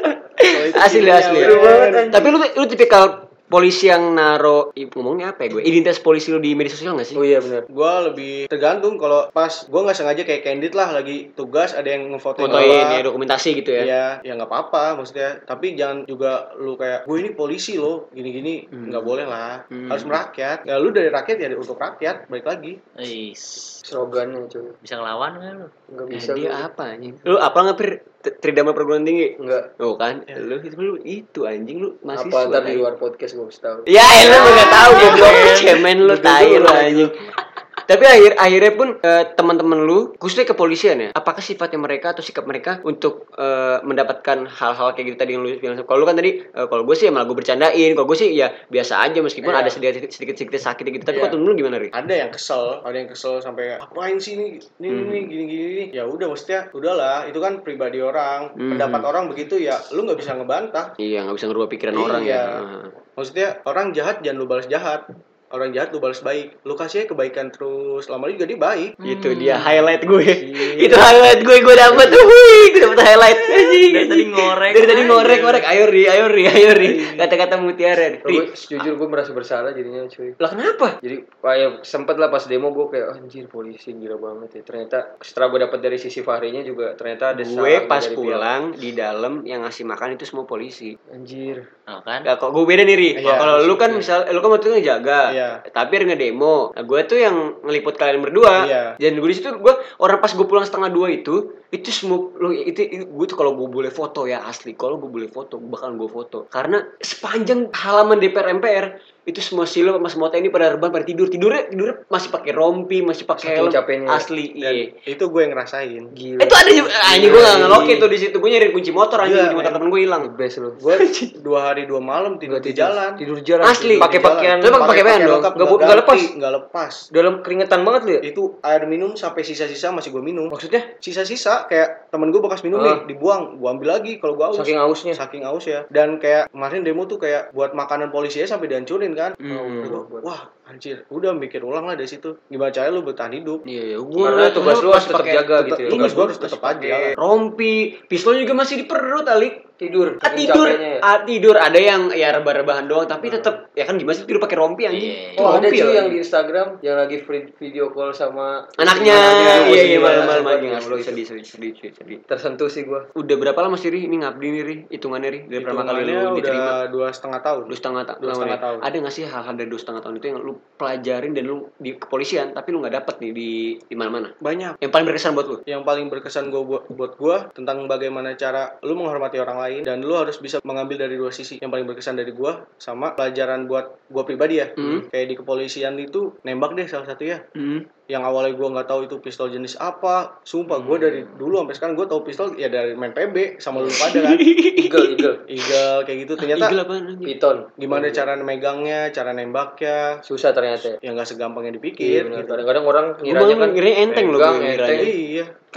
Asli asli. Seru banget, anjing. Tapi lu lu tipikal polisi yang naro ih, ngomongnya apa ya gue? Identitas polisi lu di media sosial enggak sih? Oh iya benar. Gue lebih tergantung kalau pas gue nggak sengaja kayak candid lah lagi tugas ada yang ngefotoin Fotoin gua. ya dokumentasi gitu ya. Iya, ya nggak apa-apa maksudnya. Tapi jangan juga lu kayak gue ini polisi loh, gini-gini Hmm. nggak boleh lah. Hmm. Harus merakyat. Ya lu dari rakyat ya untuk rakyat. Balik lagi. Is. Slogannya cuy. Bisa ngelawan kan lu? Enggak Eh, bisa dia lu. apa anjing? Lu apa nggak Pir? T- Tridharma perguruan tinggi? Enggak. Oh kan, Ya. lu itu lu itu anjing lu masih Apa ntar di luar podcast gue harus tahu. Ya, elah lu enggak tahu goblok cemen lu tai lu anjing. Tapi akhir akhirnya pun eh, teman-teman lu khususnya kepolisian ya, apakah sifatnya mereka atau sikap mereka untuk eh, mendapatkan hal-hal kayak gitu tadi yang lu bilang? Kalau lu kan tadi eh, kalau gue sih malah gue bercandain, kalau gue sih ya biasa aja meskipun Iya. ada sedikit sedikit sedikit sakit gitu. Tapi Iya. kalau temen lu gimana, Ri? Ada yang kesel, ada yang kesel sampai apain sih ini, ini, Hmm. ini, gini, gini, gini. Ya udah, maksudnya udahlah, itu kan pribadi orang, Hmm. pendapat orang begitu ya, lu nggak bisa ngebantah. Iya, nggak bisa ngerubah pikiran Iya. orang ya. Heeh. Maksudnya orang jahat jangan lu balas jahat, orang jahat lu balas baik. Lu kasih kebaikan terus, lama juga dia baik. Itu dia highlight gue. Iya. Itu highlight gue gue dapat. Wuih, gue dapat highlight anjing. Dari tadi ngorek Dari tadi aja. ngorek ngorek. Ayo Ri, ayo Ri, ayo Ri. Kata-kata mutiara. Bro, Ri. gue jujur gue merasa bersalah jadinya cuy. Lah kenapa? Jadi kayak sempet lah pas demo gue kayak anjir polisi gila banget ya. Ternyata setelah gue dapet dari sisi Fahrinya juga ternyata ada Gue salah pas dari pihak- pulang di dalam yang ngasih makan itu semua polisi. Anjir. Oh, kan? Nah, kok gue beda nih Ri. Iya, Kalau lu kan iya. misal lu kan waktu itu ngejaga. Iya. Tapi ada ngedemo. Nah, gue tuh yang ngeliput kalian berdua. Iya. Dan gue di situ gue orang pas gue pulang setengah dua itu itu semua lu itu, itu gue tuh kalau gue boleh foto ya asli. Kalau gue boleh foto, gue bakalan gue foto. Karena sepanjang halaman D P R M P R itu semua silo sama semua T N I pada rebahan pada tidur tidurnya tidurnya masih pakai rompi masih pakai Saking helm capeknya. asli Dan iya. itu gue yang ngerasain. Gila. Itu ada juga anjing gue nggak ngeloki tuh di situ gue nyari kunci motor anjing Iya, kunci motor men. temen gue hilang. The best lu. Gue dua hari dua malam tidur di jalan. Tidur jalan. Asli. Pakai Di jalan. pakaian. Tapi pakai pakaian dong. lengkap, Nggak bu- nggak nggak lepas? ganti, nggak lepas. Dalam keringetan banget lu ya? Itu air minum sampai sisa-sisa masih gue minum. Maksudnya Sisa-sisa kayak temen gue bekas minum Ah. nih, dibuang, gue ambil lagi kalau gue aus. saking ausnya. Saking aus ya. Dan kayak kemarin demo tuh kayak buat makanan polisi aja sampai dihancurin kan. Hmm. Gua, wah anjir, udah mikir ulang lah dari situ. Gimana caranya lu bertahan hidup? Iya, ya Karena tugas lu harus tetap jaga gitu ya. Tugas gue harus tetap aja. Rompi, pistol juga masih di perut Ali. Tidur. Ah, saking tidur, capeknya ya. ah, tidur. Ada yang ya rebah-rebahan doang, tapi tetap ya kan gimana sih tidur pakai rompi anjing? Iya. Itu Oh ada rompi cuy ya. yang di Instagram yang lagi free video call sama Anaknya, Anaknya, iya iya posisi malam-malam banget, anjing yang asli lo itu. sedih sedih sedih sedih. sedih. Tersentuh sih gua. Udah berapa lama sih Ri? Ini ngabdi nih Ri? Hitungannya Ri dari pertama kali Hitungannya lu diterima. udah dua setengah tahun. Dua setengah, ta- Dua setengah ya? tahun. Ada nggak sih hal-hal dari dua setengah tahun itu yang lu pelajarin dan lu di kepolisian tapi lu nggak dapet nih di di mana-mana? Banyak. Yang paling berkesan buat lu? Yang paling berkesan gue buat buat gue tentang bagaimana cara lu menghormati orang lain dan lu harus bisa mengambil dari dua sisi. Yang paling berkesan dari gue sama pelajaran buat gue pribadi ya. Hmm. Kayak di kepolisian itu nembak deh salah satu ya. Hmm. Yang awalnya gue nggak tahu itu pistol jenis apa. Sumpah gue dari dulu sampai sekarang gue tahu pistol ya dari main P B sama lu pada kan. Eagle, eagle. Eagle kayak gitu ternyata. Eagle apaan anjing? Piton. Gimana cara megangnya, cara nembaknya, Susah ternyata. yang nggak segampang yang Iya dipikir. benar. gitu. Kadang-kadang orang Gua ngiranya malah kan ngiranya enteng loh megang, gua enteng. ngiranya. Iya. Kan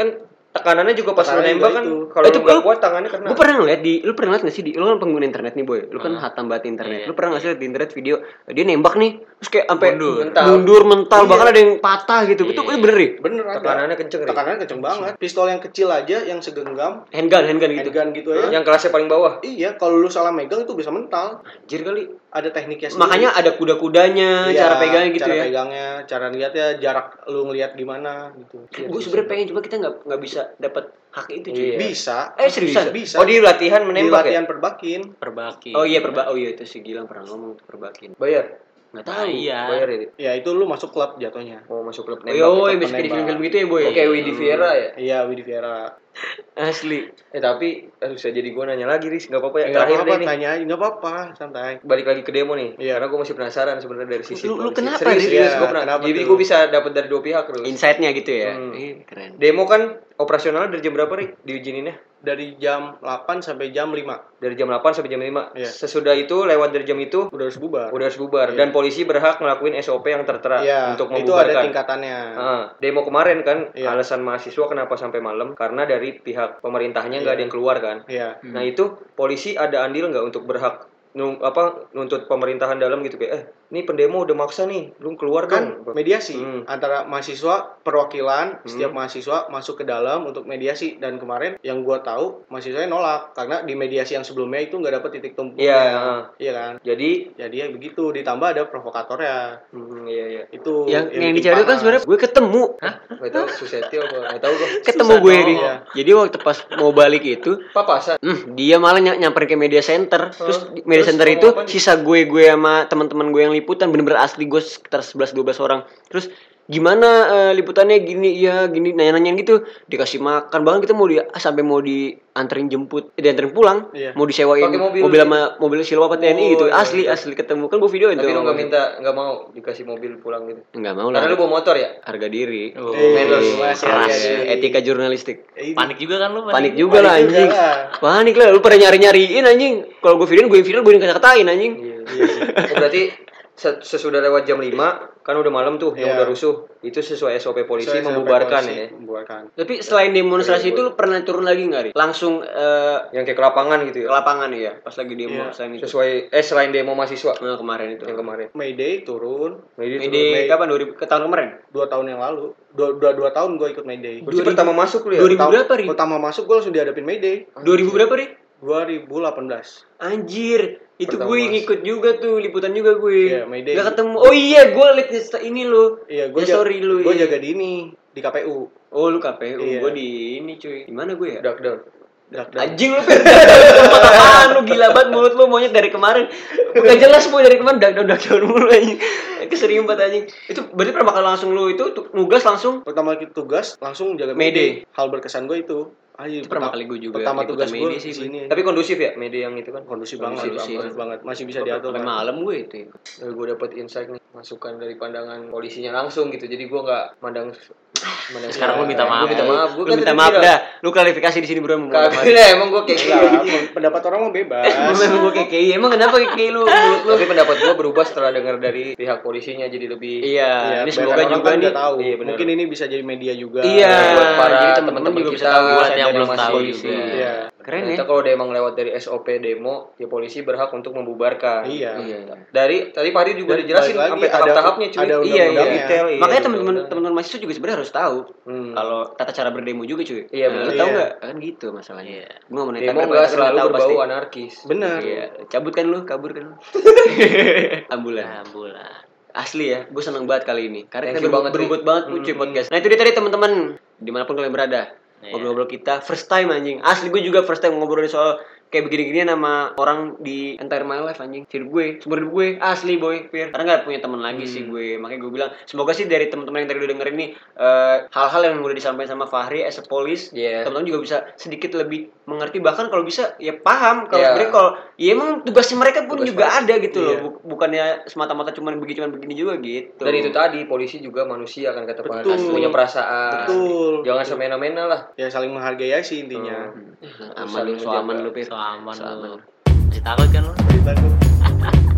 tekanannya juga pas lu Tekanannya nembak juga kan itu. kalau Eh, lu itu nggak lu- kuat tangannya kena. Gue pernah ngeliat di, lu pernah ngeliat gak sih di, lu kan pengguna internet nih boy, lu kan Ah. hatam banget internet, Iya, lu pernah nggak sih iya. liat di internet video dia nembak nih, terus kayak sampai Mundur. Mental. mundur mental, Iya. bahkan ada yang patah gitu, itu Iya. itu bener ya? Bener ada. Tekanannya kenceng, Ri. Tekanannya kenceng banget. Pistol yang kecil aja yang segenggam, Handgun, handgun gitu. handgun gitu ya. Yang kelasnya paling bawah. Iya, kalau lu salah megang itu bisa mental. Anjir kali. Ada tekniknya sendiri. Makanya ada kuda-kudanya, Iya, cara pegangnya gitu cara ya. pegangnya, cara lihatnya, jarak lu ngelihat gimana gitu. Gue sebenarnya pengen coba, kita nggak nggak bisa dapat hak itu cuy. Iya. Bisa. Eh, seriusan? Bisa. Oh, di latihan Di menembak ya? latihan perbakin. Perbaki. Oh iya perba, oh iya itu si Gilang pernah ngomong tuh perbakin. Bayar. Nggak Ah, tahu. iya. Bayar ya. Ya itu lu masuk klub jatuhnya. Mau masuk klub Oh iya, oh, nembak. iya, bisa kayak di penembak. film-film gitu ya boy. Oke, Widi Viera ya. Iya, Widi Viera. Asli. Eh tapi eh, bisa jadi gue nanya lagi Riz, nggak apa-apa ya. Enggak Terakhir apa-apa, deh nih. tanya aja enggak apa-apa, santai. Balik lagi ke demo nih. Iya. Karena gue masih penasaran sebenarnya dari sisi Lu- lu polisi. kenapa, Serius, Riz? serius Iya, gue pernah. kenapa Jadi tuh? gue bisa dapat dari dua pihak terus. Insight-nya gitu ya. Hmm. Ih, keren. Demo kan operasional dari jam berapa Rik diizininnya? Dari jam delapan sampai jam lima Dari jam delapan sampai jam lima. Iya. Sesudah itu lewat dari jam itu udah harus bubar. udah harus bubar Iya. dan polisi berhak ngelakuin S O P yang tertera Iya, untuk itu ada membubarkan. tingkatannya. Ah, demo kemarin kan Iya. alasan mahasiswa kenapa sampai malam karena dari pihak pemerintahnya nggak Iya. ada yang keluar kan. Iya. Nah itu polisi ada andil nggak untuk berhak nu, apa nuntut pemerintahan dalam gitu kayak eh ini pendemo udah maksa nih lu keluar Kan dong. mediasi Hmm. antara mahasiswa perwakilan, Hmm. setiap mahasiswa masuk ke dalam untuk mediasi, dan kemarin yang gua tahu mahasiswanya nolak karena di mediasi yang sebelumnya itu nggak dapet titik temu. Iya, ah. Iya kan? Jadi Jadi ya begitu, ditambah ada provokatornya. hmm, iya iya Itu Yang yang bikin dicari kan panas. sebenarnya gue ketemu. nggak tahu Susetio apa nggak tahu kok. Ketemu Susah gue dong. nih. Iya. Jadi waktu pas mau balik itu, Papasan. hmm, dia malah ny- nyamperin ke media center. Terus Hah? di media Terus center ngomong itu apa nih? sisa gue gue sama teman-teman gue yang liputan bener-bener asli, gue sekitar sebelas dua belas orang. Terus gimana eh, liputannya gini ya gini nanya-nanyain gitu, dikasih makan, bahkan kita mau di sampai mau dianterin jemput, eh, dianterin pulang, Iya. mau disewain Pakai mobil. mobil sama mobil silwa apa T N I Oh, gitu. iya, Asli iya. asli ketemu kan gue videoin Tapi tuh. lu nggak minta nggak mau dikasih mobil pulang gitu. Enggak mau Karena lah. lu bawa motor ya. Harga diri. Oh. Eh, Mendos. masih Keras. ada di- Etika jurnalistik. Eh, ini. Panik juga kan lu? Panik juga lah Panik juga anjing. lah. Panik lah, lu pada nyari-nyariin anjing. Kalau gue videoin, gue yang viral, gue yang kata-katain anjing. Iya. Oh, berarti se- sesudah lewat jam lima kan udah malam tuh yang Iya. udah rusuh. Itu sesuai S O P polisi Saya- saya membubarkan polisi ya. membubarkan. Tapi selain demonstrasi itu lu pernah turun lagi nggak, Ri? Langsung eh, Yang kayak ke lapangan gitu ke ya. lapangan ya, pas lagi demo Iya. selain itu. Sesuai eh selain demo mahasiswa Nah, kemarin itu. yang kemarin. Mayday turun Jadi Ini kapan? dua ribu ke tahun kemarin? dua tahun yang lalu. Dua, dua, dua tahun gue ikut Mayday. Berarti pertama masuk lu ya? dua ribu Pertama- berapa, Ri? Pertama masuk gue langsung dihadapin Mayday. dua ribu berapa, Ri? dua ribu delapan belas. Anjir, itu Pertama gue mas. ngikut juga tuh, liputan juga gue. Iya, Mayday. Gak ketemu. Oh iya, gue liat Insta ini lu. Iya, gue Ya, sorry lu, Gue iya. jaga di ini di K P U. Oh, lu K P U, Iya. gue di ini cuy. Di mana gue ya? Duck down. Lockdown. Anjing lu, tempat apaan lu, gila banget mulut lu, monyet dari kemarin. Gak jelas boy, dari kemarin dak dak dak mulu anjing. Keserius banget anjing. Itu berarti pertama kali langsung lu itu tu- nugas langsung. Pertama kali tugas langsung jaga Mayday. Mayday. Hal berkesan gue itu. Ayo, Itu pertama kali gue juga Pertama liputan tugas gue Mayday di sih, sini. Tapi kondusif ya media yang itu kan. kondusif Kondusif banget, sih. kondusif banget. Masih bisa diatur. Sampai kan. malam gue itu. Ya. Gue dapet insight nih masukan dari pandangan polisinya langsung gitu. Jadi gue nggak mandang mandang Sekarang lu minta maaf. Gue minta maaf. Gue Lu minta maaf dah. Lu klarifikasi di sini bro. Mau Kagak kemana? lah, emang gue kayak Enggak, gitu. pendapat orang mau bebas. Emang gue kayak kayak emang kenapa kayak kayak lu mulut lu? Tapi pendapat gue berubah setelah dengar dari pihak polisinya jadi lebih. Iya, Iya, ini biar semoga orang juga kan nih. udah tahu. Iya, bener. Mungkin ini bisa jadi media juga. Iya, buat para jadi teman-teman teman-teman juga bisa kita tahu buat sadar yang belum masih tahu polisi. juga. Iya. Keren ya. Ternyata kalau dia emang lewat dari S O P demo, ya polisi berhak untuk membubarkan. Iya. Iya. Dari tadi Pak Adi juga Dan dijelasin balik lagi, sampai ada- tahap-tahapnya cuy. ada Iya, iya. undang-undangnya. Detail, iya, Makanya ada teman-teman undang-undang. teman-teman mahasiswa juga sebenarnya harus tahu Hmm. kalau tata cara berdemo juga cuy. Iya, Nah, lu bener. tahu Iya. nggak? Kan gitu masalahnya. Iya. Gua nggak mau nanya Demo tapi nggak lu selalu tahu berbau pasti. anarkis. Benar. Iya, cabut kan lu, kabur kan lu. Ambulan. Nah, bulan. Asli ya, gue seneng banget kali ini karena Thank kita you banget, berbobot Ri. banget tuh cuy Hmm. podcast. Nah itu dia tadi teman-teman, dimanapun kalian berada, Iya. ngobrol-ngobrol kita first time anjing. Asli gue juga first time ngobrolin soal kayak begini-ginian sama orang di entire my life anjing. Hidup gue, seumur hidup gue, asli boy, Fir. Karena gak punya teman lagi Hmm. sih gue. Makanya gue bilang, semoga sih dari teman-teman yang tadi udah dengerin nih eh, hal-hal yang udah disampaikan sama Fahri as a police, Iya. teman-teman juga bisa sedikit lebih mengerti, bahkan kalau bisa ya paham kalau Iya. sebenarnya kalau ya emang tugasnya mereka pun Tugas juga mereka. ada gitu loh. Iya. Buk- bukannya semata-mata cuman begini cuman begini juga gitu. Dan itu tadi polisi juga manusia kan kata Pak Betul. Adi, punya perasaan. Betul. Jangan semena-mena lah. Ya saling menghargai aja sih intinya. Hmm. aman lu, so aman lu, Pir. So aman So aman. lu. Masih takut kan lu? Kita tuh